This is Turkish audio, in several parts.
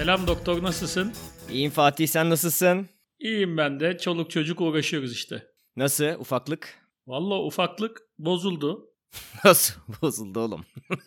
Selam doktor, nasılsın? İyiyim Fatih, sen nasılsın? İyiyim ben de. Çoluk çocuk uğraşıyoruz işte. Nasıl ufaklık? Vallahi ufaklık bozuldu. Nasıl bozuldu oğlum?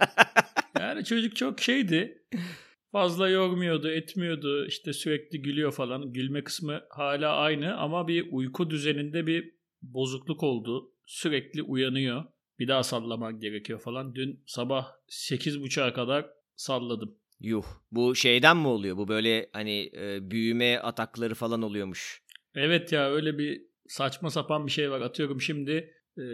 Yani çocuk çok şeydi. Fazla yormuyordu, etmiyordu. İşte sürekli gülüyor falan. Gülme kısmı hala aynı ama bir uyku düzeninde bir bozukluk oldu. Sürekli uyanıyor. Bir daha sallamak gerekiyor falan. Dün sabah 8.30'a kadar salladım. Yuh, bu şeyden mi oluyor? Bu böyle hani büyüme atakları falan oluyormuş. Evet ya, öyle bir saçma sapan bir şey var. Atıyorum şimdi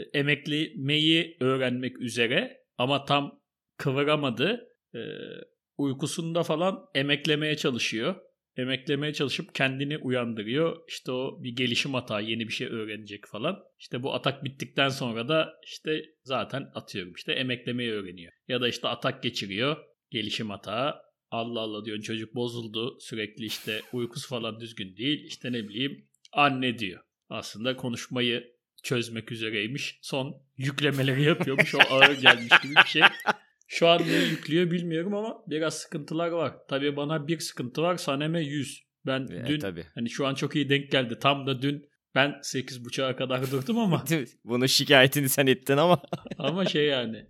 emeklemeyi öğrenmek üzere ama tam kıvıramadı. Uykusunda falan emeklemeye çalışıyor. Emeklemeye çalışıp kendini uyandırıyor. İşte o bir gelişim hata, yeni bir şey öğrenecek falan. İşte bu atak bittikten sonra da işte zaten atıyorum işte emeklemeyi öğreniyor. Ya da işte atak geçiriyor, gelişim hata. Allah Allah diyorsun, çocuk bozuldu. Sürekli işte uykusu falan düzgün değil. İşte ne bileyim anne diyor. Aslında konuşmayı çözmek üzereymiş. Son yüklemeleri yapıyormuş. O ağır gelmiş gibi bir şey. Şu an ne yüklüyor bilmiyorum ama biraz sıkıntılar var. Tabii bana bir sıkıntı var. Sanem'e 100. Ben dün Tabii. hani şu an çok iyi denk geldi. Tam da dün ben 8.30'a kadar durdum ama Bunun şikayetini sen ettin ama. ama şey yani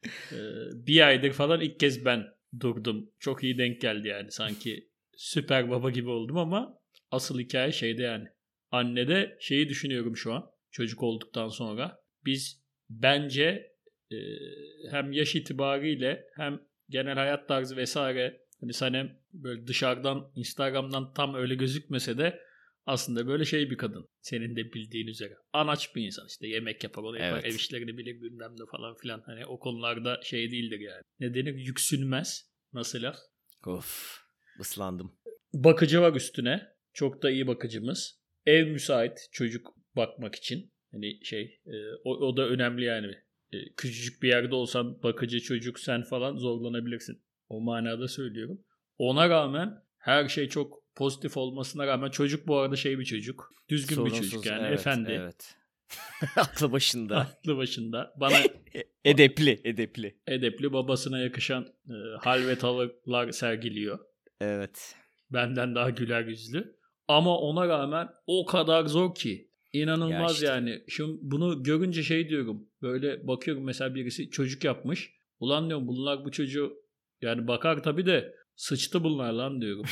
bir aydır falan ilk kez ben durdum. Çok iyi denk geldi yani. Sanki süper baba gibi oldum ama asıl hikaye şeyde yani. Annede şeyi düşünüyorum şu an. Çocuk olduktan sonra. Biz bence e, hem yaş itibariyle hem genel hayat tarzı vesaire, hani Sanem böyle dışarıdan Instagram'dan tam öyle gözükmese de aslında böyle şey bir kadın. Senin de bildiğin üzere. Anaç bir insan, işte yemek yapar, onu yapar, Evet. ev işlerini bilir bilmem ne falan filan. Hani o konularda şey değildir yani. Ne denir? Yüksünmez. Nasıl laf? Of, ıslandım. Bakıcı var üstüne. Çok da iyi bakıcımız. Ev müsait çocuk bakmak için. Hani o da önemli yani. Küçücük bir yerde olsan bakıcı, çocuk, sen falan zorlanabilirsin. O manada söylüyorum. Ona rağmen her şey çok pozitif olmasına rağmen, çocuk bu arada şey bir çocuk. Düzgün bir çocuk Sorunsuz, yani, evet, efendi. evet. Aklı başında. Aklı başında. Bana Edepli. edepli, babasına yakışan hal ve tavırlar sergiliyor. Evet. Benden daha güler yüzlü. Ama ona rağmen o kadar zor ki. Ya İnanılmaz işte. yani. Şimdi bunu görünce şey diyorum. Böyle bakıyorum, mesela birisi çocuk yapmış. Ulan diyorum, bunlar bu çocuğu yani bakar tabii de sıçtı bunlar lan diyorum.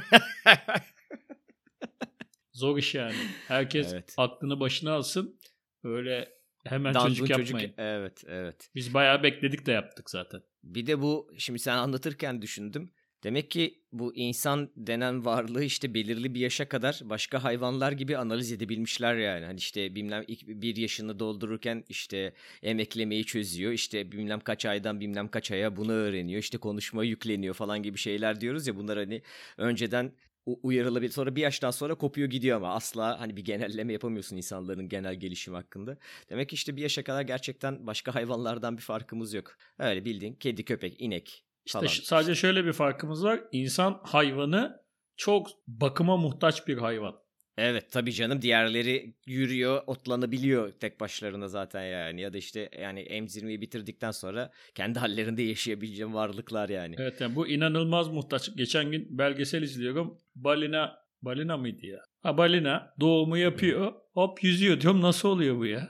Zor iş yani. Herkes Evet. aklını başına alsın. Öyle hemen Dandun çocuk çocuk. yapmayın. Evet. Biz bayağı bekledik de yaptık zaten. Bir de bu şimdi sen anlatırken düşündüm. Demek ki bu insan denen varlığı işte belirli bir yaşa kadar başka hayvanlar gibi analiz edebilmişler yani. Hani işte bilmem bir yaşını doldururken işte emeklemeyi çözüyor. İşte bilmem kaç aydan bilmem kaç aya bunu öğreniyor. İşte konuşmayı yükleniyor falan gibi şeyler diyoruz ya, bunlar hani önceden uyarılabilir. Sonra bir yaştan sonra kopuyor gidiyor ama asla hani bir genelleme yapamıyorsun insanların genel gelişimi hakkında. Demek ki işte bir yaşa kadar gerçekten başka hayvanlardan bir farkımız yok. Öyle bildiğin kedi, köpek, inek İşte falan. sadece şöyle bir farkımız var. İnsan hayvanı çok bakıma muhtaç bir hayvan. Evet tabii canım, diğerleri yürüyor, otlanabiliyor tek başlarına zaten yani. Ya da işte yani emzirmeyi bitirdikten sonra kendi hallerinde yaşayabileceğim varlıklar yani. Evet yani bu inanılmaz muhtaç. Geçen gün belgesel izliyorum. Balina mıydı ya? Ha, balina doğumu yapıyor. Hop yüzüyor, diyorum nasıl oluyor bu ya?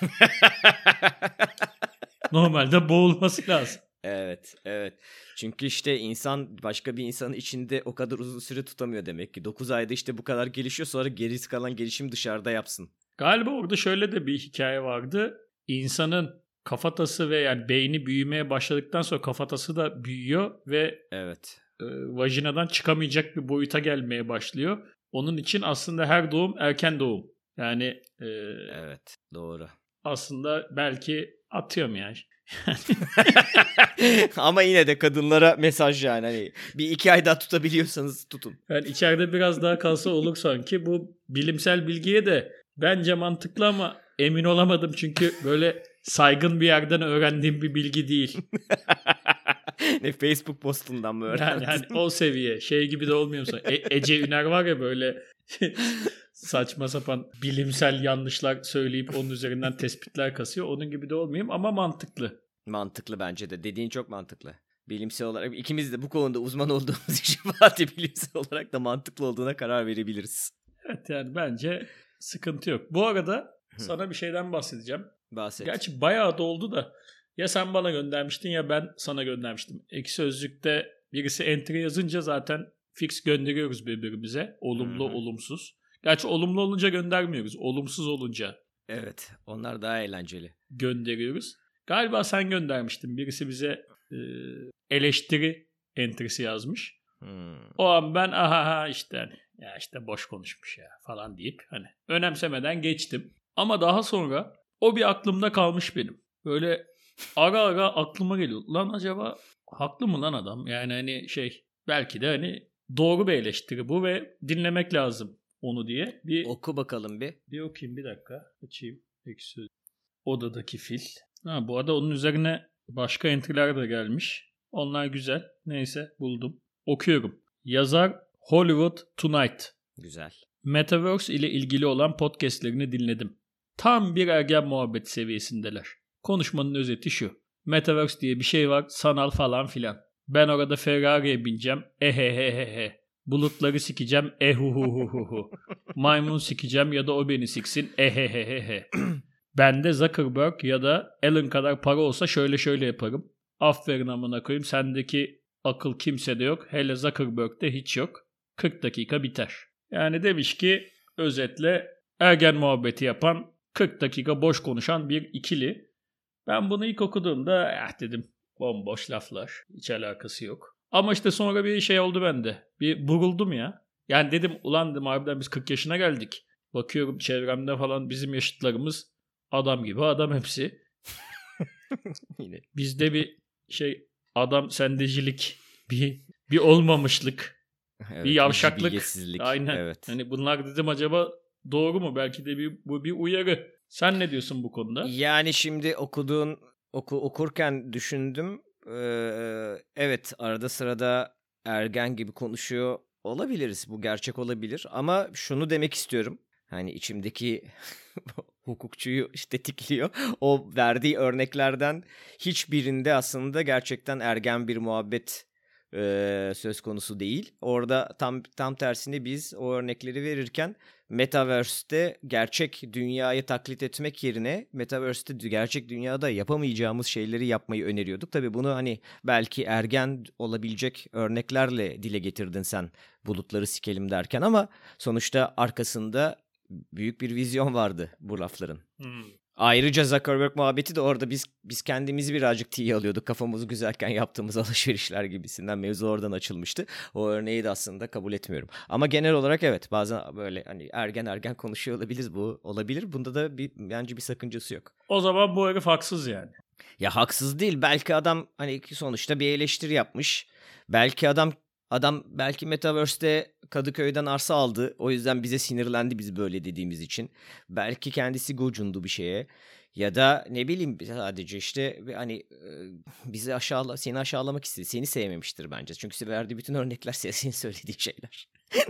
Normalde boğulması lazım. Evet. Çünkü işte insan başka bir insanın içinde o kadar uzun süre tutamıyor demek ki. 9 ayda işte bu kadar gelişiyor, sonra gerisi kalan gelişim dışarıda yapsın. Galiba orada şöyle de bir hikaye vardı. İnsanın kafatası ve yani beyni büyümeye başladıktan sonra kafatası da büyüyor ve Evet. vajinadan çıkamayacak bir boyuta gelmeye başlıyor. Onun için aslında her doğum erken doğum. Yani Evet, doğru. aslında belki atıyorum yani. Ama yine de kadınlara mesaj yani, hani bir iki ay daha tutabiliyorsanız tutun. Yani içeride biraz daha kalsa olur sanki. Bu bilimsel bilgiye de bence mantıklı ama emin olamadım. Çünkü böyle saygın bir yerden öğrendiğim bir bilgi değil. Ne Facebook postundan mı Yani öğrendin? hani o seviye şey gibi de olmuyor musun? Ece Üner var ya, böyle saçma sapan bilimsel yanlışlar söyleyip onun üzerinden tespitler kasıyor. Onun gibi de olmayayım ama mantıklı. Mantıklı bence de. Dediğin çok mantıklı. bilimsel olarak ikimiz de bu konuda uzman olduğumuz için Fatih bilimsel olarak da mantıklı olduğuna karar verebiliriz. Evet yani bence sıkıntı yok. Bu arada sana bir şeyden bahsedeceğim. Bahset. Gerçi bayağı da oldu da ya sen bana göndermiştin ya ben sana göndermiştim. Ekşi Sözlük'te birisi entry yazınca zaten fix gönderiyoruz birbirimize. Olumlu, olumsuz. Gerçi olumlu olunca göndermiyoruz. Olumsuz olunca. Evet, onlar daha eğlenceli. Gönderiyoruz. Galiba sen göndermiştin. Birisi bize eleştiri entry'si yazmış. O an ben aha işte hani ya işte boş konuşmuş ya falan deyip hani önemsemeden geçtim. Ama daha sonra o bir aklımda kalmış benim. Böyle ara ara aklıma geliyor. Lan acaba haklı mı lan adam? Yani hani belki de hani doğru bir eleştiri bu ve dinlemek lazım onu diye. Bir oku bakalım bir. Bir okuyayım bir dakika. Açayım. Ekşi Odadaki Fil. Ha, bu arada onun üzerine başka entry'ler de gelmiş. Onlar güzel. Neyse buldum. Okuyorum. Yazar Hollywood Tonight. Güzel. Metaverse ile ilgili olan podcastlerini dinledim. Tam bir ergen muhabbet seviyesindeler. Konuşmanın özeti şu. Metaverse diye bir şey var. Sanal falan filan. Ben orada Ferrari'ye bineceğim. Ehehehehe. Bulutları sikeceğim. Ehuhuhuhu. Maymun sikeceğim ya da o beni siksin. Ehehehehe. Bende Zuckerberg ya da Elon kadar para olsa şöyle şöyle yaparım. Aferin amına koyayım. Sendeki akıl kimsede yok. Hele Zuckerberg'de hiç yok. 40 dakika biter. Yani demiş ki özetle ergen muhabbeti yapan 40 dakika boş konuşan bir ikili. Ben bunu ilk okuduğumda dedim bomboş laflar. Hiç alakası yok. Ama işte sonra bir şey oldu bende. Bir buruldum ya. Yani dedim ulan dedim harbiden biz 40 yaşına geldik. Bakıyorum çevremde falan bizim yaşıtlarımız adam gibi adam hepsi. Bizde bir adam sendecilik, bir olmamışlık, evet, bir yavşaklık. Aynen. Evet. Hani bunlar dedim acaba doğru mu? Belki de bu bir uyarı. Sen ne diyorsun bu konuda? Yani şimdi okurken düşündüm. Evet arada sırada ergen gibi konuşuyor olabiliriz. Bu gerçek olabilir. Ama şunu demek istiyorum. Hani içimdeki hukukçuyu tetikliyor. O verdiği örneklerden hiçbirinde aslında gerçekten ergen bir muhabbet söz konusu değil. Orada tam tersine biz o örnekleri verirken Metaverse'te gerçek dünyayı taklit etmek yerine Metaverse'te gerçek dünyada yapamayacağımız şeyleri yapmayı öneriyorduk. Tabii bunu hani belki ergen olabilecek örneklerle dile getirdin sen bulutları sikelim derken ama sonuçta arkasında büyük bir vizyon vardı bu lafların. Ayrıca Zuckerberg muhabbeti de orada biz kendimizi birazcık tiye alıyorduk. Kafamız güzelken yaptığımız alışverişler gibisinden mevzu oradan açılmıştı. O örneği de aslında kabul etmiyorum. Ama genel olarak evet bazen böyle hani ergen konuşuyor olabiliriz, bu olabilir. Bunda da bence bir sakıncası yok. O zaman bu herif haksız yani. Ya haksız değil. Belki adam hani sonuçta bir eleştiri yapmış. Belki adam belki Metaverse'te Kadıköy'den arsa aldı. O yüzden bize sinirlendi biz böyle dediğimiz için. Belki kendisi gocundu bir şeye. Ya da ne bileyim sadece hani seni aşağılamak istedi. Seni sevmemiştir bence. Çünkü verdiği bütün örnekler senin söylediğin şeyler.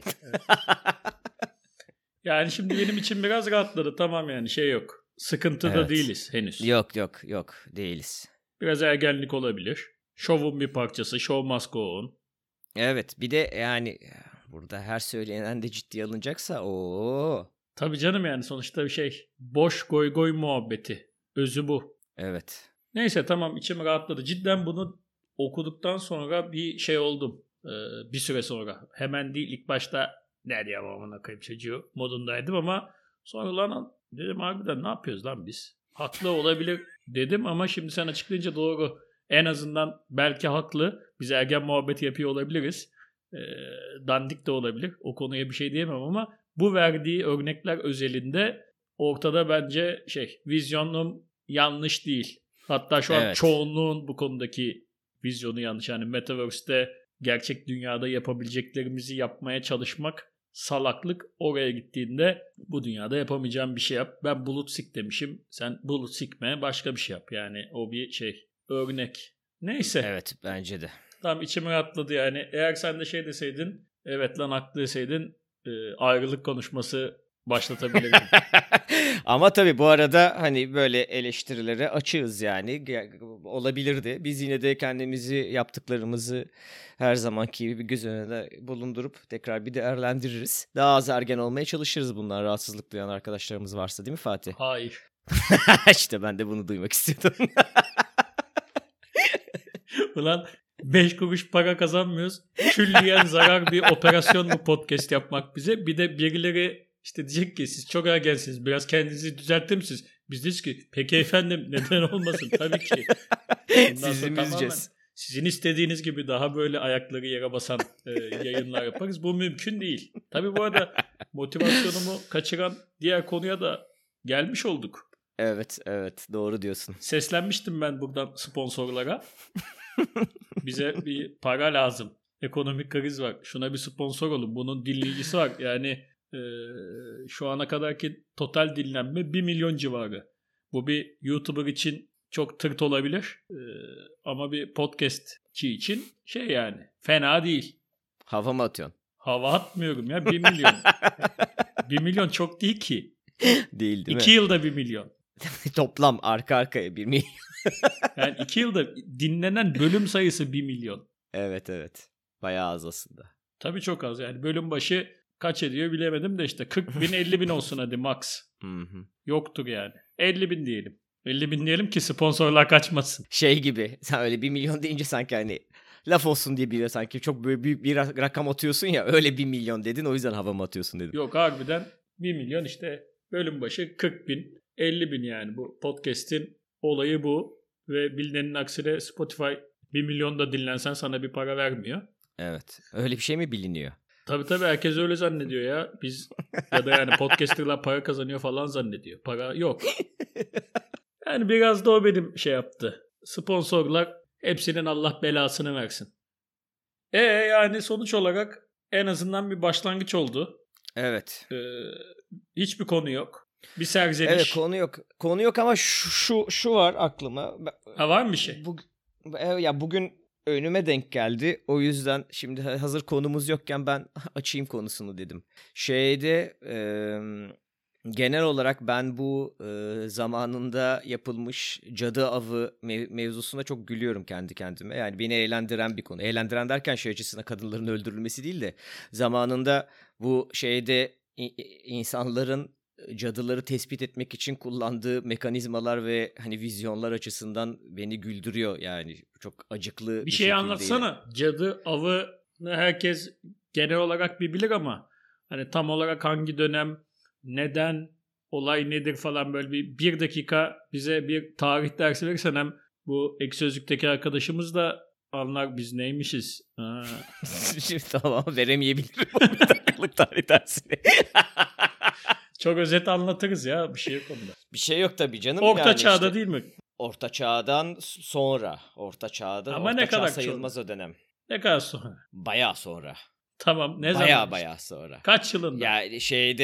Yani şimdi benim için biraz rahatladı. Tamam yani yok. Sıkıntıda evet. Değiliz henüz. Yok değiliz. Biraz ergenlik olabilir. Şovun bir parçası. Show must go on. Evet bir de yani burada her söylenen de ciddiye alınacaksa Tabii canım yani sonuçta bir boş goy muhabbeti. Özü bu. Evet. Neyse tamam içim rahatladı. Cidden bunu okuduktan sonra bir oldum. Bir süre sonra. Hemen değil ilk başta ne diyor amına koyayım çocuğu modundaydım ama sonra lan dedim harbiden ne yapıyoruz lan biz? Haklı olabilir dedim ama şimdi sen açıklayınca doğru. En azından belki haklı. Biz ergen muhabbeti yapıyor olabiliriz. Dandik de olabilir. O konuya bir şey diyemem ama bu verdiği örnekler özelinde ortada bence vizyonum yanlış değil. Hatta şu an çoğunluğun bu konudaki vizyonu yanlış. Yani Metaverse'te gerçek dünyada yapabileceklerimizi yapmaya çalışmak salaklık. Oraya gittiğinde bu dünyada yapamayacağım bir şey yap. Ben bulut sik demişim. Sen bulut sikme başka bir şey yap. Yani o bir örnek. Neyse. Evet bence de. Tamam içime rahatladı yani. Eğer sen de deseydin evet lan haklı deseydin ayrılık konuşması başlatabilirdim. Ama tabii bu arada hani böyle eleştirilere açığız yani. Olabilirdi. Biz yine de kendimizi, yaptıklarımızı her zamanki gibi bir göz önünde bulundurup tekrar bir değerlendiririz. Daha az ergen olmaya çalışırız bundan rahatsızlık duyan arkadaşlarımız varsa, değil mi Fatih? Hayır. İşte ben de bunu duymak istiyordum. Ulan 5 kuruş para kazanmıyoruz. Külliyen zarar bir operasyon mu podcast yapmak bize? Bir de birileri işte diyecek ki siz çok ergensiniz. Biraz kendinizi düzeltir misiniz? Biz diyeceğiz ki peki efendim neden olmasın? Tabii ki. Sizi mi üzeceğiz? Sizin istediğiniz gibi daha böyle ayakları yere basan yayınlar yaparız. Bu mümkün değil. Tabii bu arada motivasyonumu kaçıran diğer konuya da gelmiş olduk. Evet doğru diyorsun. Seslenmiştim ben buradan sponsorlara. Bize bir para lazım. Ekonomik kriz var. Şuna bir sponsor olun. Bunun dinleyicisi var. Yani şu ana kadarki total dinlenme 1 milyon civarı. Bu bir YouTuber için çok tırt olabilir. Ama bir podcastçi için yani fena değil. Hava mı atıyorsun? Hava atmıyorum ya 1 milyon. 1 milyon çok değil ki. Değil 2 yılda 1 milyon. Toplam arka arkaya 1 milyon. Yani 2 yılda dinlenen bölüm sayısı 1 milyon. Evet. Bayağı az aslında. Tabii çok az yani. Bölüm başı kaç ediyor bilemedim de işte 40 bin 50 bin olsun hadi max. Yoktur yani. 50 bin diyelim. 50 bin diyelim ki sponsorlar kaçmasın. Şey gibi sen öyle 1 milyon deyince sanki hani laf olsun diye biliyor sanki çok böyle büyük bir rakam atıyorsun ya öyle 1 milyon dedin o yüzden havama atıyorsun dedim. Yok harbiden 1 milyon işte bölüm başı 40 bin 50 bin yani bu podcast'in olayı bu. Ve bilinenin aksine Spotify 1 milyon da dinlensen sana bir para vermiyor. Evet. Öyle bir şey mi biliniyor? Tabii herkes öyle zannediyor ya. Biz ya da yani podcasterlar para kazanıyor falan zannediyor. Para yok. Yani biraz da o benim şey yaptı. Sponsorlar hepsinin Allah belasını versin. Yani sonuç olarak en azından bir başlangıç oldu. Evet. Hiçbir konu yok. Bir serzeniş. Evet konu yok. Konu yok ama şu var aklıma. Ha var mı bir şey? Ya bugün önüme denk geldi. O yüzden şimdi hazır konumuz yokken ben açayım konusunu dedim. Genel olarak ben bu zamanında yapılmış cadı avı mevzusuna çok gülüyorum kendi kendime. Yani beni eğlendiren bir konu. Eğlendiren derken şey açısından kadınların öldürülmesi değil de zamanında bu insanların cadıları tespit etmek için kullandığı mekanizmalar ve hani vizyonlar açısından beni güldürüyor yani çok acıklı bir şey şekilde. Anlatsana. Cadı avını herkes genel olarak bir bilir ama hani tam olarak hangi dönem, neden, olay nedir falan böyle bir dakika bize bir tarih dersi verirsen hem bu Ekşi Sözlük'teki arkadaşımız da anlar biz neymişiz. Tamam veremeyebilirim o bir dakikalık tarih dersini. Çok özet anlatırız ya bir şey yok onda. Bir şey yok tabii canım. Orta çağda işte, değil mi? Orta çağdan sonra. Orta çağda. Ama orta ne kadar sayılmaz o dönem. Ne kadar sonra? Bayağı sonra. Tamam ne zaman? Bayağı sonra. Kaç yılında? Yani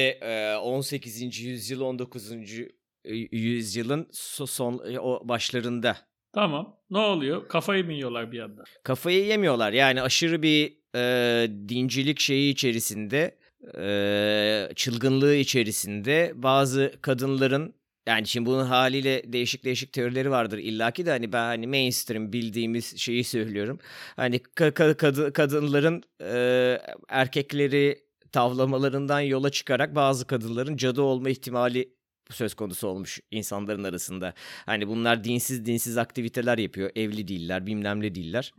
18. yüzyıl 19. yüzyılın o başlarında. Tamam. Ne oluyor? Kafayı mı yiyorlar bir anda? Kafayı yemiyorlar. Yani aşırı bir dincilik şeyi içerisinde, çılgınlığı içerisinde bazı kadınların, yani şimdi bunun haliyle değişik teorileri vardır illaki de hani ben hani mainstream bildiğimiz şeyi söylüyorum. Hani kadınların erkekleri tavlamalarından yola çıkarak bazı kadınların cadı olma ihtimali söz konusu olmuş insanların arasında. Hani bunlar dinsiz aktiviteler yapıyor. Evli değiller, bilmem ne değiller.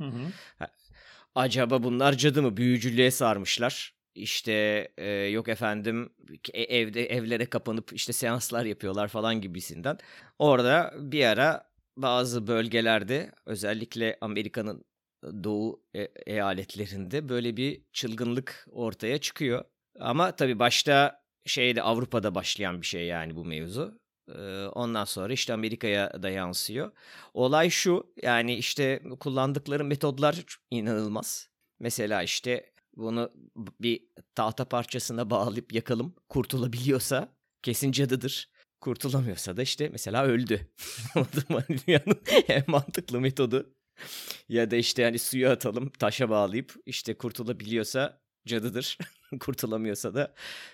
Acaba bunlar cadı mı? Büyücülüğe sarmışlar. İşte yok efendim evlere kapanıp işte seanslar yapıyorlar falan gibisinden. Orada bir ara bazı bölgelerde özellikle Amerika'nın doğu eyaletlerinde böyle bir çılgınlık ortaya çıkıyor. Ama tabii başta Avrupa'da başlayan bir şey yani bu mevzu. Ondan sonra işte Amerika'ya da yansıyor. Olay şu, yani işte kullandıkları metodlar inanılmaz. Mesela işte bunu bir tahta parçasına bağlayıp yakalım. Kurtulabiliyorsa kesin cadıdır. Kurtulamıyorsa da işte mesela öldü. Dünyanın en mantıklı metodu. Ya da işte hani suya atalım, taşa bağlayıp işte kurtulabiliyorsa cadıdır. Kurtulamıyorsa da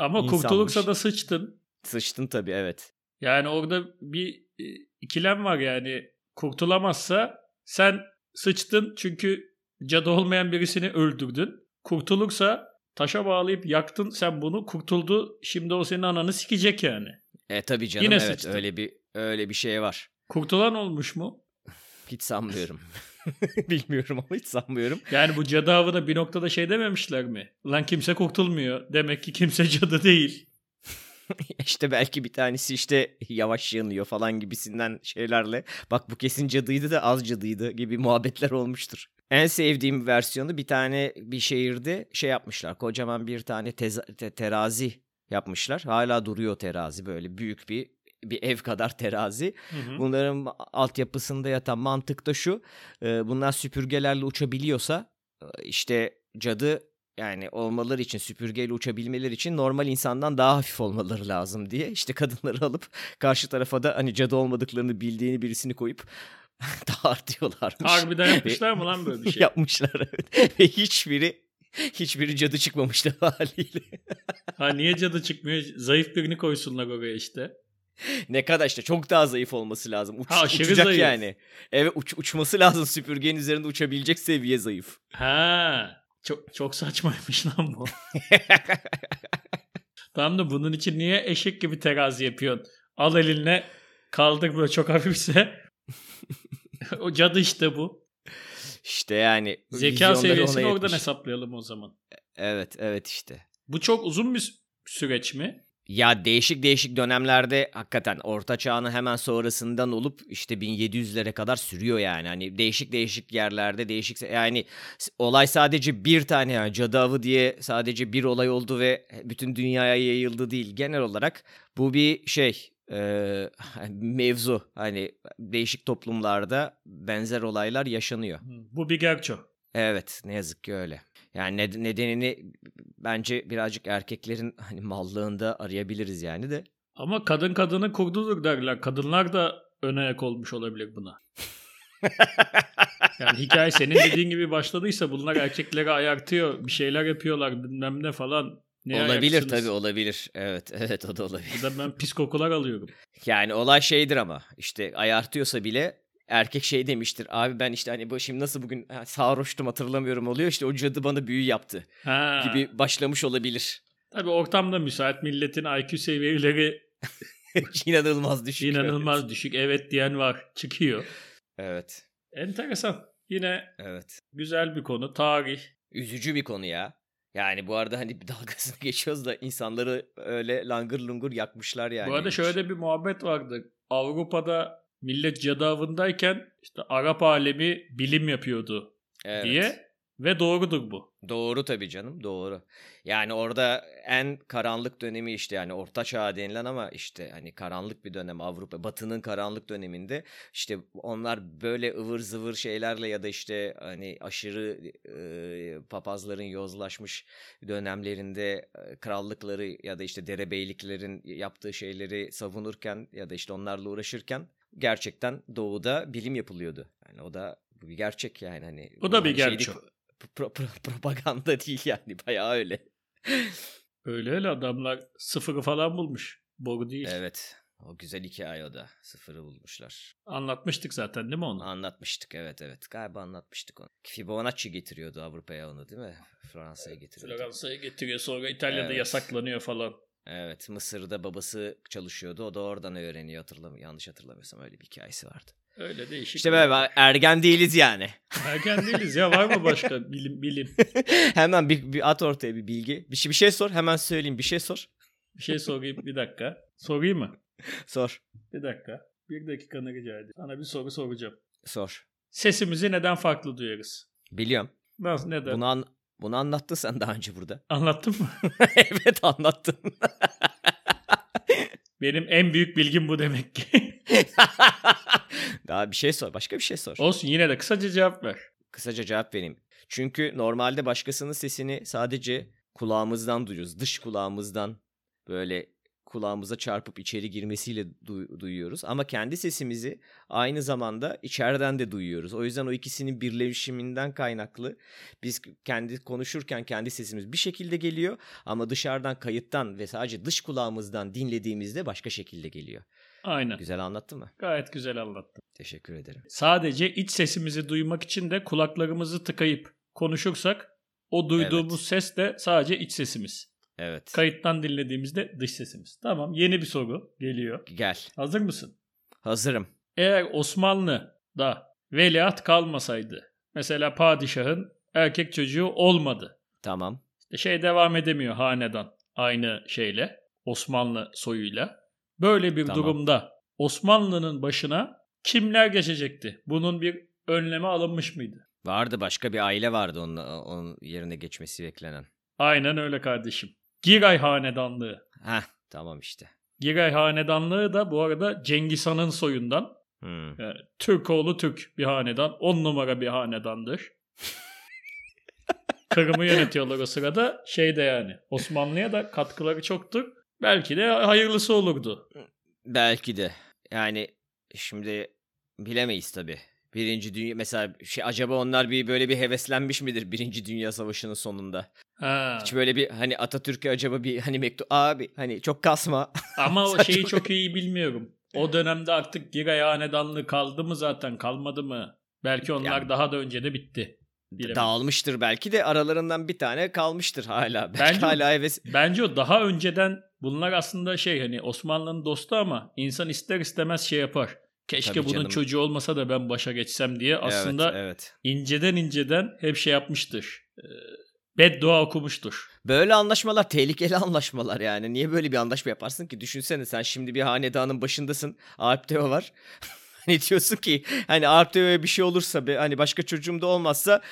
Ama insanmış. kurtulursa da sıçtın. Sıçtın tabii, evet. Yani orada bir ikilem var yani. Kurtulamazsa sen sıçtın çünkü cadı olmayan birisini öldürdün. Kurtulursa taşa bağlayıp yaktın sen bunu, kurtuldu. Şimdi o senin ananı sikecek yani. Tabii canım, Yine evet, sıçtın. öyle bir şey var. Kurtulan olmuş mu? Hiç sanmıyorum. Bilmiyorum ama hiç sanmıyorum. Yani bu cadı avına bir noktada şey dememişler mi? Lan kimse kurtulmuyor. Demek ki kimse cadı değil. İşte belki bir tanesi işte yavaş yanıyor falan gibisinden şeylerle. Bak bu kesin cadıydı da az cadıydı gibi muhabbetler olmuştur. En sevdiğim versiyonu bir şehirde şey yapmışlar. Kocaman bir tane terazi yapmışlar. Hala duruyor terazi, böyle büyük bir ev kadar terazi. Hı. Bunların altyapısında yatan mantık da şu. Bunlar süpürgelerle uçabiliyorsa işte cadı, yani olmaları için, süpürgeyle uçabilmeleri için normal insandan daha hafif olmaları lazım diye işte kadınları alıp karşı tarafa da hani cadı olmadıklarını bildiğini birisini koyup tartıyorlarmış. Harbiden yapmışlar mı lan böyle bir şey? Yapmışlar, evet. Ve hiçbiri cadı çıkmamıştı haliyle. Ha, niye cadı çıkmıyor? Zayıf birini koysunlar oraya işte. Ne kadar işte, çok daha zayıf olması lazım. Aşırı Uçacak zayıf. yani. Evet, uçması lazım, süpürgenin üzerinde uçabilecek seviye zayıf. Ha, çok saçmaymış lan bu. Tamam da bunun için niye eşek gibi terazi yapıyorsun? Al eline, kaldır böyle çok hafifse. O cadı işte bu. İşte yani. Zeka seviyesini oradan hesaplayalım o zaman. Evet işte. Bu çok uzun bir süreç mi? Ya değişik dönemlerde hakikaten Orta Çağ'ın hemen sonrasından olup işte 1700'lere kadar sürüyor yani. Hani değişik yerlerde yani olay sadece bir tane, yani cadı avı diye sadece bir olay oldu ve bütün dünyaya yayıldı değil. Genel olarak bu bir mevzu. Hani değişik toplumlarda benzer olaylar yaşanıyor. Bu bir gerçek. Evet, ne yazık ki öyle. Yani nedenini bence birazcık erkeklerin hani mallığında arayabiliriz yani de. Ama kadın kadını kurdudur derler. Kadınlar da ön ayak olmuş olabilir buna. Yani hikaye senin dediğin gibi başladıysa bunlar erkeklere ayartıyor. Bir şeyler yapıyorlar bilmem ne falan. Ne olabilir ayaksınız? Tabii, olabilir. Evet, o da olabilir. Ya da ben pis kokular alıyorum. Yani olay şeydir ama işte ayartıyorsa bile erkek şey demiştir. Abi ben işte hani şimdi nasıl bugün sarhoştum hatırlamıyorum oluyor. İşte o cadı bana büyü yaptı gibi başlamış olabilir. Tabii ortamda müsait, milletin IQ seviyeleri inanılmaz düşük. İnanılmaz düşük. Evet diyen var. Çıkıyor. Evet. Enteresan. Yine evet. Güzel bir konu. Tarih. Üzücü bir konu ya. Yani bu arada hani bir dalgasını geçiyoruz da insanları öyle langır lungur yakmışlar yani. Bu arada şöyle bir muhabbet vardı. Avrupa'da millet cadı avındayken işte Arap alemi bilim yapıyordu diye. Ve doğrudur bu. Doğru tabii canım, doğru. Yani orada en karanlık dönemi işte, yani Orta Çağ denilen ama işte hani karanlık bir dönem Avrupa, Batı'nın karanlık döneminde işte onlar böyle ıvır zıvır şeylerle ya da işte hani aşırı papazların yozlaşmış dönemlerinde krallıkları ya da işte derebeyliklerin yaptığı şeyleri savunurken ya da işte onlarla uğraşırken gerçekten doğuda bilim yapılıyordu. Yani o da bir gerçek yani hani. Bu da bir gerçek. Propaganda değil yani, bayağı öyle. Öyle adamlar sıfırı falan bulmuş. Boru değil. Evet. O güzel hikaye o da. Sıfırı bulmuşlar. Anlatmıştık zaten değil mi onu? Anlatmıştık, evet. Galiba anlatmıştık onu. Fibonacci getiriyordu Avrupa'ya onu, değil mi? Fransa'ya getiriyordu. Fransa'ya getiriyor, sonra İtalya'da yasaklanıyor falan. Evet, Mısır'da babası çalışıyordu. O da oradan öğreniyor. Yanlış hatırlamıyorsam öyle bir hikayesi vardı. Öyle değişik. İşte böyle ergen değiliz yani. Ergen değiliz ya, var mı başka bilim? Hemen bir at ortaya bir bilgi. Bir şey sor, hemen söyleyeyim, bir şey sor. Bir şey sorayım, bir dakika. Sorayım mı? Sor. Bir dakika. Bir dakikanı rica edeyim. Sana bir soru soracağım. Sor. Sesimizi neden farklı duyarız? Biliyorum. Nasıl, neden? Bunu anlattın sen daha önce burada. Anlattın mı? Evet, anlattın. Benim en büyük bilgim bu demek ki. Daha bir şey sor. Başka bir şey sor. Olsun, yine de kısaca cevap ver. Kısaca cevap vereyim. Çünkü normalde başkasının sesini sadece kulağımızdan duyuyoruz. Dış kulağımızdan böyle kulağımıza çarpıp içeri girmesiyle duyuyoruz. Ama kendi sesimizi aynı zamanda içeriden de duyuyoruz. O yüzden o ikisinin birleşiminden kaynaklı biz kendi konuşurken kendi sesimiz bir şekilde geliyor. Ama dışarıdan kayıttan ve sadece dış kulağımızdan dinlediğimizde başka şekilde geliyor. Aynen. Güzel anlattın mı? Gayet güzel anlattın. Teşekkür ederim. Sadece iç sesimizi duymak için de kulaklarımızı tıkayıp konuşursak o duyduğumuz ses de sadece iç sesimiz. Evet. Kayıttan dinlediğimizde dış sesimiz. Tamam, yeni bir soru geliyor. Gel. Hazır mısın? Hazırım. Eğer Osmanlı'da veliaht kalmasaydı, mesela padişahın erkek çocuğu olmadı. Tamam. Devam edemiyor hanedan aynı şeyle, Osmanlı soyuyla. Böyle bir durumda Osmanlı'nın başına kimler geçecekti? Bunun bir önlemi alınmış mıydı? Vardı, başka bir aile vardı onun yerine geçmesi beklenen. Aynen öyle kardeşim. Giray Hanedanlığı. Tamam işte. Giray Hanedanlığı da bu arada Cengiz Han'ın soyundan. Yani, Türkoğlu Türk bir hanedan. 10 numara bir hanedandır. Kırım'ı yönetiyorlar o sırada. Yani Osmanlı'ya da katkıları çoktur. Belki de hayırlısı olurdu. Belki de. Yani şimdi bilemeyiz tabii. Birinci Dünya mesela acaba onlar böyle bir heveslenmiş midir Birinci Dünya Savaşı'nın sonunda? Hiç böyle bir hani Atatürk'e acaba bir hani mektup abi hani çok kasma. Ama o şeyi çok iyi bilmiyorum. O dönemde artık Giray Hanedanlığı kaldı mı zaten, kalmadı mı? Belki onlar daha da önce de bitti. Dağılmıştır belki de, aralarından bir tane kalmıştır hala. Belki hala heves. Bence o daha önceden bunlar aslında hani Osmanlı'nın dostu ama insan ister istemez yapar. Keşke Tabii bunun canım. çocuğu olmasa da ben başa geçsem diye aslında evet. inceden hep yapmıştır. Beddua okumuştur. Böyle anlaşmalar tehlikeli anlaşmalar yani. Niye böyle bir anlaşma yaparsın ki? Düşünsene, sen şimdi bir hanedanın başındasın. Alp Teo var. Hani diyorsun ki hani Alp Teo'ya bir şey olursa hani başka çocuğum da olmazsa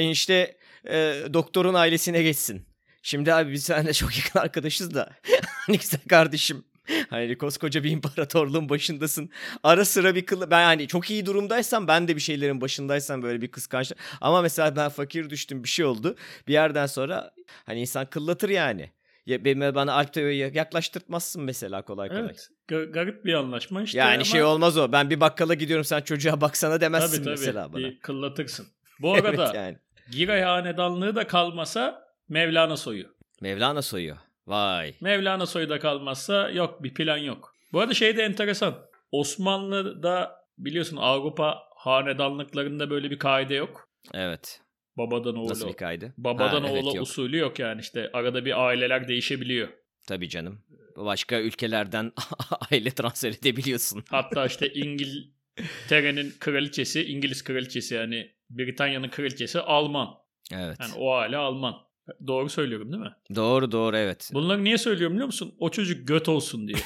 doktorun ailesine geçsin. Şimdi abi biz seninle çok yakın arkadaşız da hani güzel kardeşim. Hani koskoca bir imparatorluğun başındasın. Ara sıra ben hani çok iyi durumdaysam, ben de bir şeylerin başındaysam böyle bir kıskançlık. Ama mesela ben fakir düştüm, bir şey oldu. Bir yerden sonra hani insan kıllatır yani. Bana Alp Teo'yu yaklaştırtmazsın mesela kolay kolay. Evet. Garip bir anlaşma işte. Yani ama olmaz o. Ben bir bakkala gidiyorum, sen çocuğa baksana demezsin tabii, mesela bana. Bir kıllatırsın. Bu arada evet yani. Giray Hanedanlığı da kalmasa Mevlana soyu. Mevlana soyu. Vay. Mevlana soyu da kalmazsa yok, bir plan yok. Bu arada de enteresan. Osmanlı'da biliyorsun Avrupa hanedanlıklarında böyle bir kaide yok. Evet. Babadan oğlu. Nasıl bir kaide? Babadan oğula usulü yok yani, arada bir aileler değişebiliyor. Tabii canım. Başka ülkelerden aile transfer edebiliyorsun. Hatta İngiltere'nin kraliçesi, İngiliz kraliçesi, yani Britanya'nın kraliçesi Alman. Evet. Yani o aile Alman. Doğru söylüyorum değil mi? Doğru evet. Bunları niye söylüyorum biliyor musun? O çocuk göt olsun diye.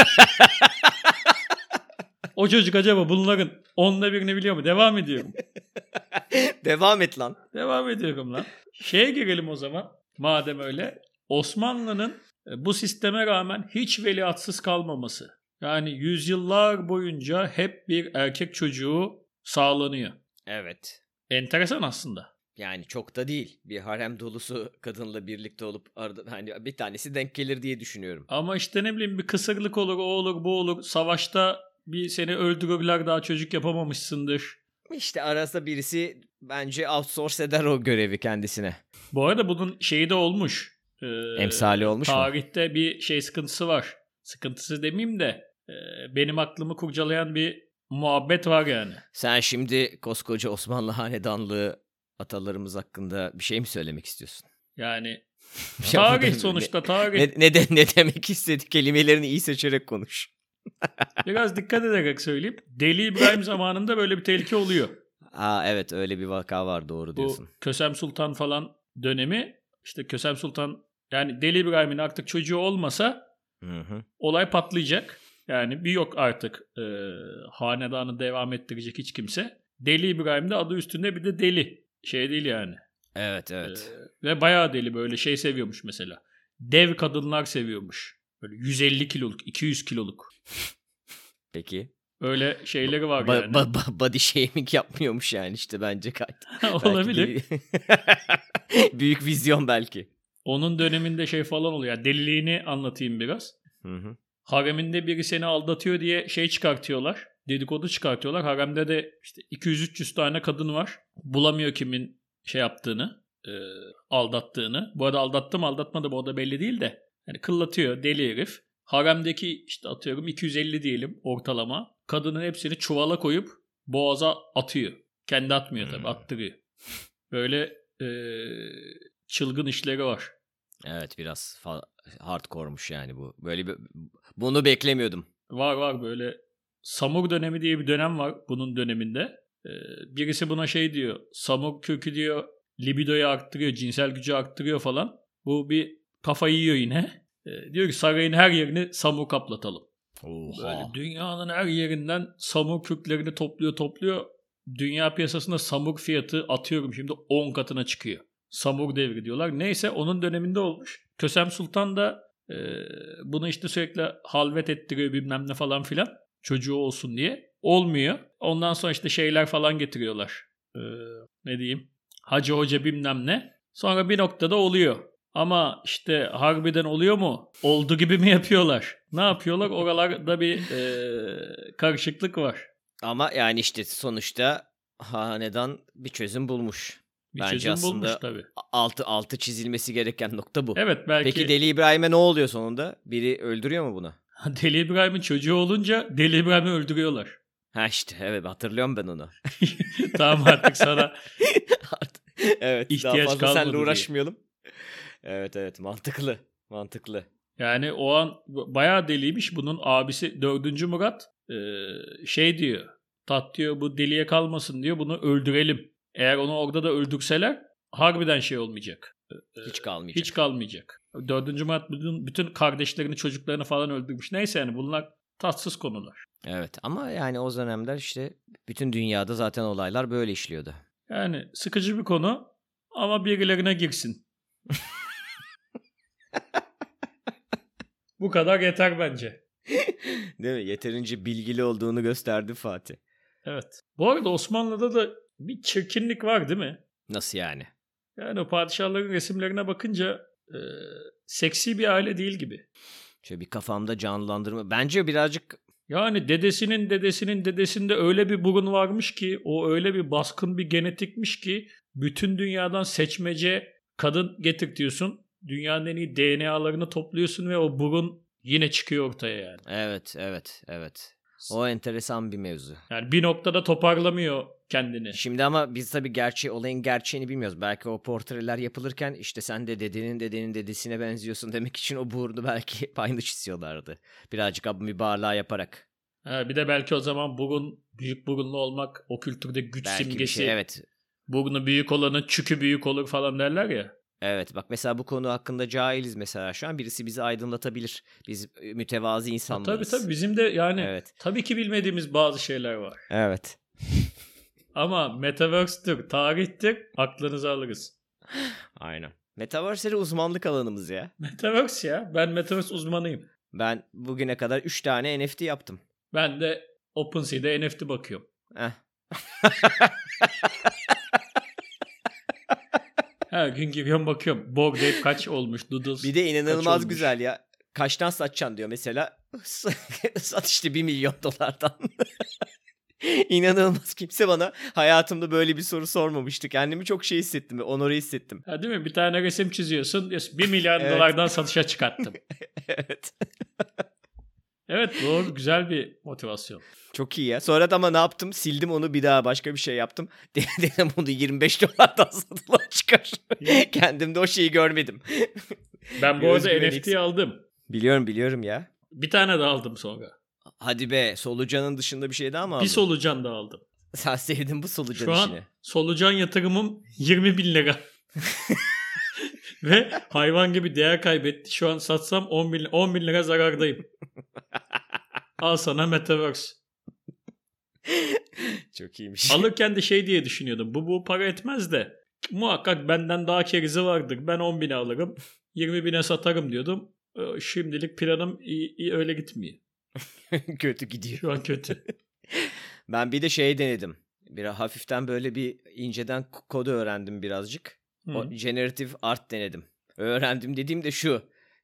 O çocuk acaba bunların 1/10'ını biliyor mu? Devam ediyorum. Devam et lan. Devam ediyorum lan. Girelim o zaman. Madem öyle. Osmanlı'nın bu sisteme rağmen hiç veliahtsız kalmaması. Yani yüzyıllar boyunca hep bir erkek çocuğu sağlanıyor. Evet. Enteresan aslında. Yani çok da değil. Bir harem dolusu kadınla birlikte olup hani bir tanesi denk gelir diye düşünüyorum. Ama ne bileyim, bir kısırlık olur, o olur, bu olur. Savaşta bir seni öldürürler, daha çocuk yapamamışsındır. İşte arasında birisi bence outsource eder o görevi kendisine. Bu arada bunun de olmuş. Emsali olmuş mu? Tarihte bir sıkıntısı var. Sıkıntısı demeyeyim de benim aklımı kurcalayan bir muhabbet var yani. Sen şimdi koskoca Osmanlı Hanedanlığı atalarımız hakkında bir şey mi söylemek istiyorsun? Yani tarih sonuçta tarih. Ne demek istedi? Kelimelerini iyi seçerek konuş. Biraz dikkat ederek söyleyeyim. Deli İbrahim zamanında böyle bir tehlike oluyor. Evet, öyle bir vaka var, doğru diyorsun. Bu Kösem Sultan falan dönemi, Kösem Sultan, yani Deli İbrahim'in artık çocuğu olmasa olay patlayacak. Yani bir yok artık hanedanı devam ettirecek hiç kimse. Deli İbrahim de adı üstünde, bir de deli. Değil yani. Evet. Ve bayağı deli, böyle seviyormuş mesela. Dev kadınlar seviyormuş. Böyle 150 kiloluk, 200 kiloluk. Peki. Öyle şeyleri var yani. Body shaming yapmıyormuş yani bence gayet. Olabilir. Büyük vizyon belki. Onun döneminde falan oluyor. Yani deliliğini anlatayım biraz. Hı. Hareminde biri seni aldatıyor diye şey çıkartıyorlar. Dedikodu çıkartıyorlar. Haremde de işte 200-300 tane kadın var. Bulamıyor kimin şey yaptığını, aldattığını. Bu arada aldattı mı aldatmadı mı o da belli değil de. Yani kıllatıyor deli herif. Haremdeki işte atıyorum 250 diyelim ortalama. Kadının hepsini çuvala koyup boğaza atıyor. Kendi atmıyor tabii, attırıyor. Böyle çılgın işleri var. Evet, biraz hardcore'muş yani bu. Bunu beklemiyordum. Var böyle Samur dönemi diye bir dönem var bunun döneminde. Birisi buna şey diyor. Samur kökü diyor libidoyu arttırıyor, cinsel gücü arttırıyor falan. Bu bir kafayı yiyor yine. Diyor ki sarayın her yerini samur kaplatalım. Oha. Böyle dünyanın her yerinden samur köklerini topluyor. Dünya piyasasında samur fiyatı atıyorum şimdi 10 katına çıkıyor. Samur devri diyorlar. Neyse onun döneminde olmuş. Kösem Sultan da bunu işte sürekli halvet ettiriyor bilmem ne falan filan. Çocuğu olsun diye. Olmuyor. Ondan sonra işte şeyler falan getiriyorlar. Ne diyeyim? Hacı hoca bilmem ne. Sonra bir noktada oluyor. Ama işte harbiden oluyor mu? Oldu gibi mi yapıyorlar? Ne yapıyorlar? Oralarda bir karışıklık var. Ama yani işte sonuçta hanedan bir çözüm bulmuş. Bir Bence çözüm aslında bulmuş tabii. altı çizilmesi gereken nokta bu. Evet belki. Peki Deli İbrahim'e ne oluyor sonunda? Biri öldürüyor mu bunu? Deli İbrahim'in çocuğu olunca Deli İbrahim'i öldürüyorlar. Ha işte evet, hatırlıyorum ben onu. Tamam artık sana evet, ihtiyaç daha fazla kalmadı seninle diye. uğraşmayalım. Evet mantıklı. Yani o an bayağı deliymiş. Bunun abisi 4. Murat şey diyor. Tat diyor bu deliye kalmasın diyor. Bunu öldürelim. Eğer onu orada da öldürseler harbiden şey olmayacak. Hiç kalmayacak. 4. Murat bütün kardeşlerini çocuklarını falan öldürmüş. Neyse yani bunlar tatsız konular. Evet ama yani o dönemler işte bütün dünyada zaten olaylar böyle işliyordu. Yani sıkıcı bir konu ama birilerine girsin. Bu kadar yeter bence. Değil mi? Yeterince bilgili olduğunu gösterdi Fatih. Evet. Bu arada Osmanlı'da da bir çirkinlik var değil mi? Nasıl yani? Yani o padişahların resimlerine bakınca seksi bir aile değil gibi. Şöyle bir kafamda canlandırma. Bence birazcık... Yani dedesinde öyle bir burun varmış ki o öyle bir baskın bir genetikmiş ki bütün dünyadan seçmece kadın getirtiyorsun. Dünyanın en iyi DNA'larını topluyorsun ve o burun yine çıkıyor ortaya yani. Evet. O enteresan bir mevzu. Yani bir noktada toparlamıyor kendini. Şimdi ama biz tabii olayın gerçeğini bilmiyoruz. Belki o portreler yapılırken işte sen de dedenin dedesine benziyorsun demek için o burnu belki payını çiziyorlardı. Birazcık mübalağa yaparak. Bir de belki o zaman büyük burunlu olmak o kültürde güç belki simgesi. Bir şey, evet. Burnu büyük olanın çükü büyük olur falan derler ya. Evet bak mesela bu konu hakkında cahiliz mesela şu an. Birisi bizi aydınlatabilir. Biz mütevazi insanlarız. Tabii bizim de yani evet. Tabii ki bilmediğimiz bazı şeyler var. Evet. Ama Metaverse'tür, tarihtir, aklınızı alırız. Aynen. Metaverse'de uzmanlık alanımız ya. Metaverse ya. Ben Metaverse uzmanıyım. Ben bugüne kadar 3 tane NFT yaptım. Ben de OpenSea'de NFT bakıyorum. Her gün giriyorum bakıyorum. Bored Ape kaç olmuş? Doodles bir de inanılmaz güzel ya. Kaçtan satacaksın diyor mesela. Sat işte $1 milyon. İnanılmaz. Kimse bana hayatımda böyle bir soru sormamıştı. Kendimi çok şey hissettim ve onore hissettim. Ha, değil mi? Bir tane resim çiziyorsun. Diyorsun, $1 milyar dolardan satışa çıkarttım. Evet. Evet doğru. Güzel bir motivasyon. Çok iyi ya. Sonra da ama ne yaptım? Sildim onu, bir daha başka bir şey yaptım. Dedim bunu $25 satılan çıkar. Kendimde o şeyi görmedim. Ben bu arada NFT'yi aldım. Biliyorum ya. Bir tane de aldım sonra. Hadi be, solucanın dışında bir şey daha mı aldın? Bir solucan da aldım. Sen sevdin bu solucan işini. Şu an solucan yatırımım 20.000 lira. Ve hayvan gibi değer kaybetti. Şu an satsam 10 bin lira zarardayım. Al sana Metaverse. Çok iyiymiş. Alırken de şey diye düşünüyordum. Bu para etmez de muhakkak benden daha kerizi vardır. Ben 10.000'e alırım. 20.000'e satarım diyordum. Şimdilik planım iyi öyle gitmiyor. Kötü gidiyor. Şu an kötü. Ben bir de şey denedim. Biraz hafiften böyle bir inceden kodu öğrendim birazcık. O generative art denedim. Öğrendim dediğim de şu.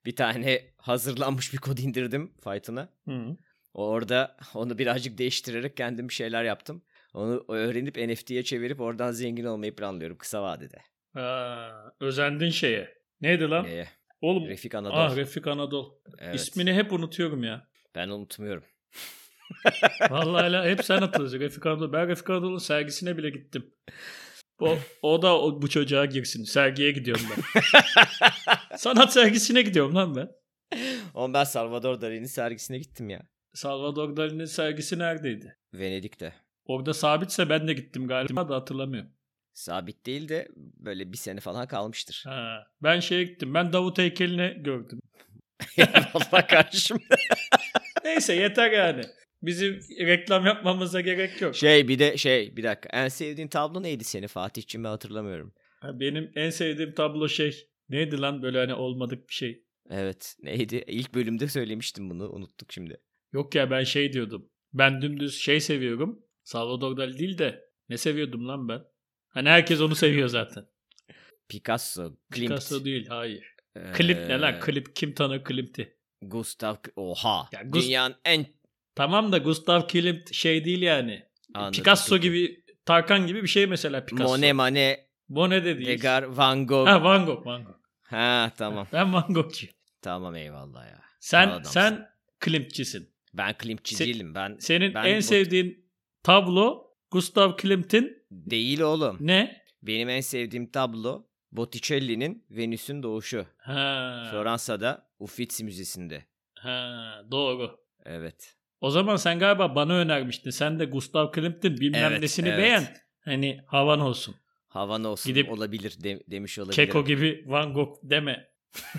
Bir tane hazırlanmış bir kod indirdim Python'a. Hı. Orada onu birazcık değiştirerek kendim bir şeyler yaptım. Onu öğrenip NFT'ye çevirip oradan zengin olmayı planlıyorum kısa vadede. Özendin şeye. Neydi lan? Neye? Oğlum. Refik Anadolu. Refik Anadolu. Evet. İsmini hep unutuyorum ya. Ben unutmuyorum. Vallahi hep sen hatırlıyorsun Refik Anadolu. Ben Refik Anadolu'nun sergisine bile gittim. O da bu çocuğa girsin. Sergiye gidiyorum ben. Sanat sergisine gidiyorum lan ben. Oğlum ben Salvador Dali'nin sergisine gittim ya. Salvador Dali'nin sergisi neredeydi? Venedik'te. Orada sabitse ben de gittim galiba da hatırlamıyorum. Sabit değil de böyle bir sene falan kalmıştır. Ben şeye gittim. Ben Davut heykelini gördüm. Eyvallah kardeşim. Neyse yeter yani. Bizim reklam yapmamıza gerek yok. Bir dakika. En sevdiğin tablo neydi senin Fatih'ciğim, ben hatırlamıyorum. Benim en sevdiğim tablo neydi lan böyle hani olmadık bir şey. Evet, neydi? İlk bölümde söylemiştim bunu, unuttuk şimdi. Yok ya ben diyordum. Ben dümdüz seviyorum. Salvador Dali değil de ne seviyordum lan ben? Hani herkes onu seviyor zaten. Picasso, Klimt. Picasso değil, hayır. Klimt ne lan? Klimt, kim tanır Klimt'i? Gustav, oha. Ya, Dünyanın en... Tamam da Gustav Klimt değil yani. Anladım, Picasso peki. Gibi, Tarkan gibi bir şey mesela Picasso. Monet de değil. Degas, Van Gogh. Van Gogh. Ha tamam. Ben Van Gogh'cuyum. Tamam eyvallah ya. Sen Klimt'cisin. Ben Klimt'ci değilim. Senin en sevdiğin tablo Gustav Klimt'in... Değil oğlum. Ne? Benim en sevdiğim tablo Botticelli'nin Venüs'ün Doğuşu. Floransa'da Uffizi Müzesi'nde. Doğru. Evet. O zaman sen galiba bana önermiştin. Sen de Gustav Klimt'in bilmem nesini beğen. Hani havan olsun. Havan olsun. Gidip olabilir demiş olabilir. Keko gibi Van Gogh deme.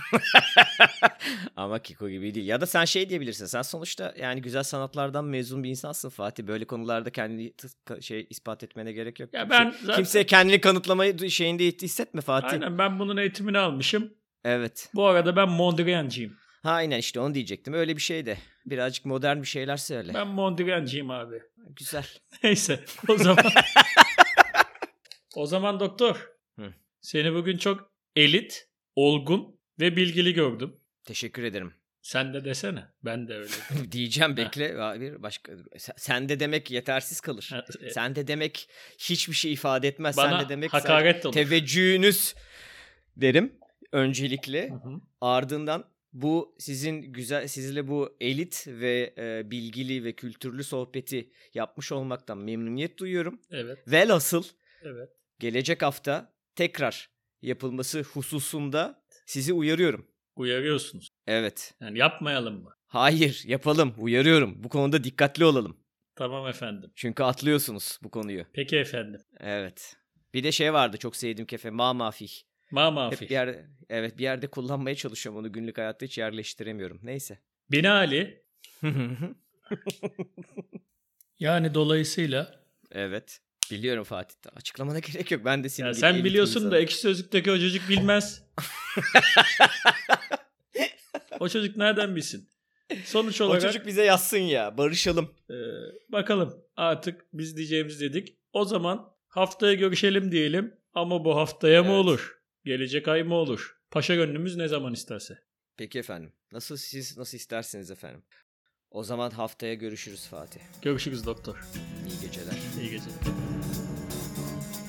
Ama Keko gibi değil. Ya da sen diyebilirsin. Sen sonuçta yani güzel sanatlardan mezun bir insansın Fatih. Böyle konularda kendini ispat etmene gerek yok. Ya kimseye kendini kanıtlamayı şeyinde hissetme Fatih. Aynen, ben bunun eğitimini almışım. Evet. Bu arada ben Mondriancıyım. Aynen işte onu diyecektim. Öyle bir şey de. Birazcık modern bir şeyler söyle. Ben Mondriancıyım abi. Güzel. Neyse o zaman. O zaman doktor. Hı. Seni bugün çok elit, olgun ve bilgili gördüm. Teşekkür ederim. Sen de desene. Ben de öyle. Diyeceğim bekle. Bir başka. Sen de demek yetersiz kalır. Sen de demek hiçbir şey ifade etmez. Bana sen de demek hakaret olur. Teveccühünüz derim öncelikle. Hı. Ardından bu sizinle bu elit ve bilgili ve kültürlü sohbeti yapmış olmaktan memnuniyet duyuyorum. Evet. Velhasıl Evet. gelecek hafta tekrar yapılması hususunda sizi uyarıyorum. Uyarıyorsunuz. Evet. Yani yapmayalım mı? Hayır, yapalım. Uyarıyorum. Bu konuda dikkatli olalım. Tamam efendim. Çünkü atlıyorsunuz bu konuyu. Peki efendim. Evet. Bir de vardı çok sevdiğim kefe. Mamafih. Mamafih. Hep bir yerde kullanmaya çalışıyorum. Onu günlük hayatta hiç yerleştiremiyorum. Neyse. Binali. Yani dolayısıyla. Evet. Biliyorum Fatih. Açıklamana gerek yok. Ben de senin gibi sen biliyorsun da Ekşi Sözlük'teki o çocuk bilmez. O çocuk nereden bilsin? Sonuç olarak. O çocuk bize yazsın ya. Barışalım. Bakalım artık biz diyeceğimizi dedik. O zaman haftaya görüşelim diyelim. Ama bu haftaya mı olur? Gelecek ay mı olur? Paşa gönlümüz ne zaman isterse. Peki efendim. Siz nasıl isterseniz efendim. O zaman haftaya görüşürüz Fatih. Görüşürüz doktor. İyi geceler. İyi geceler.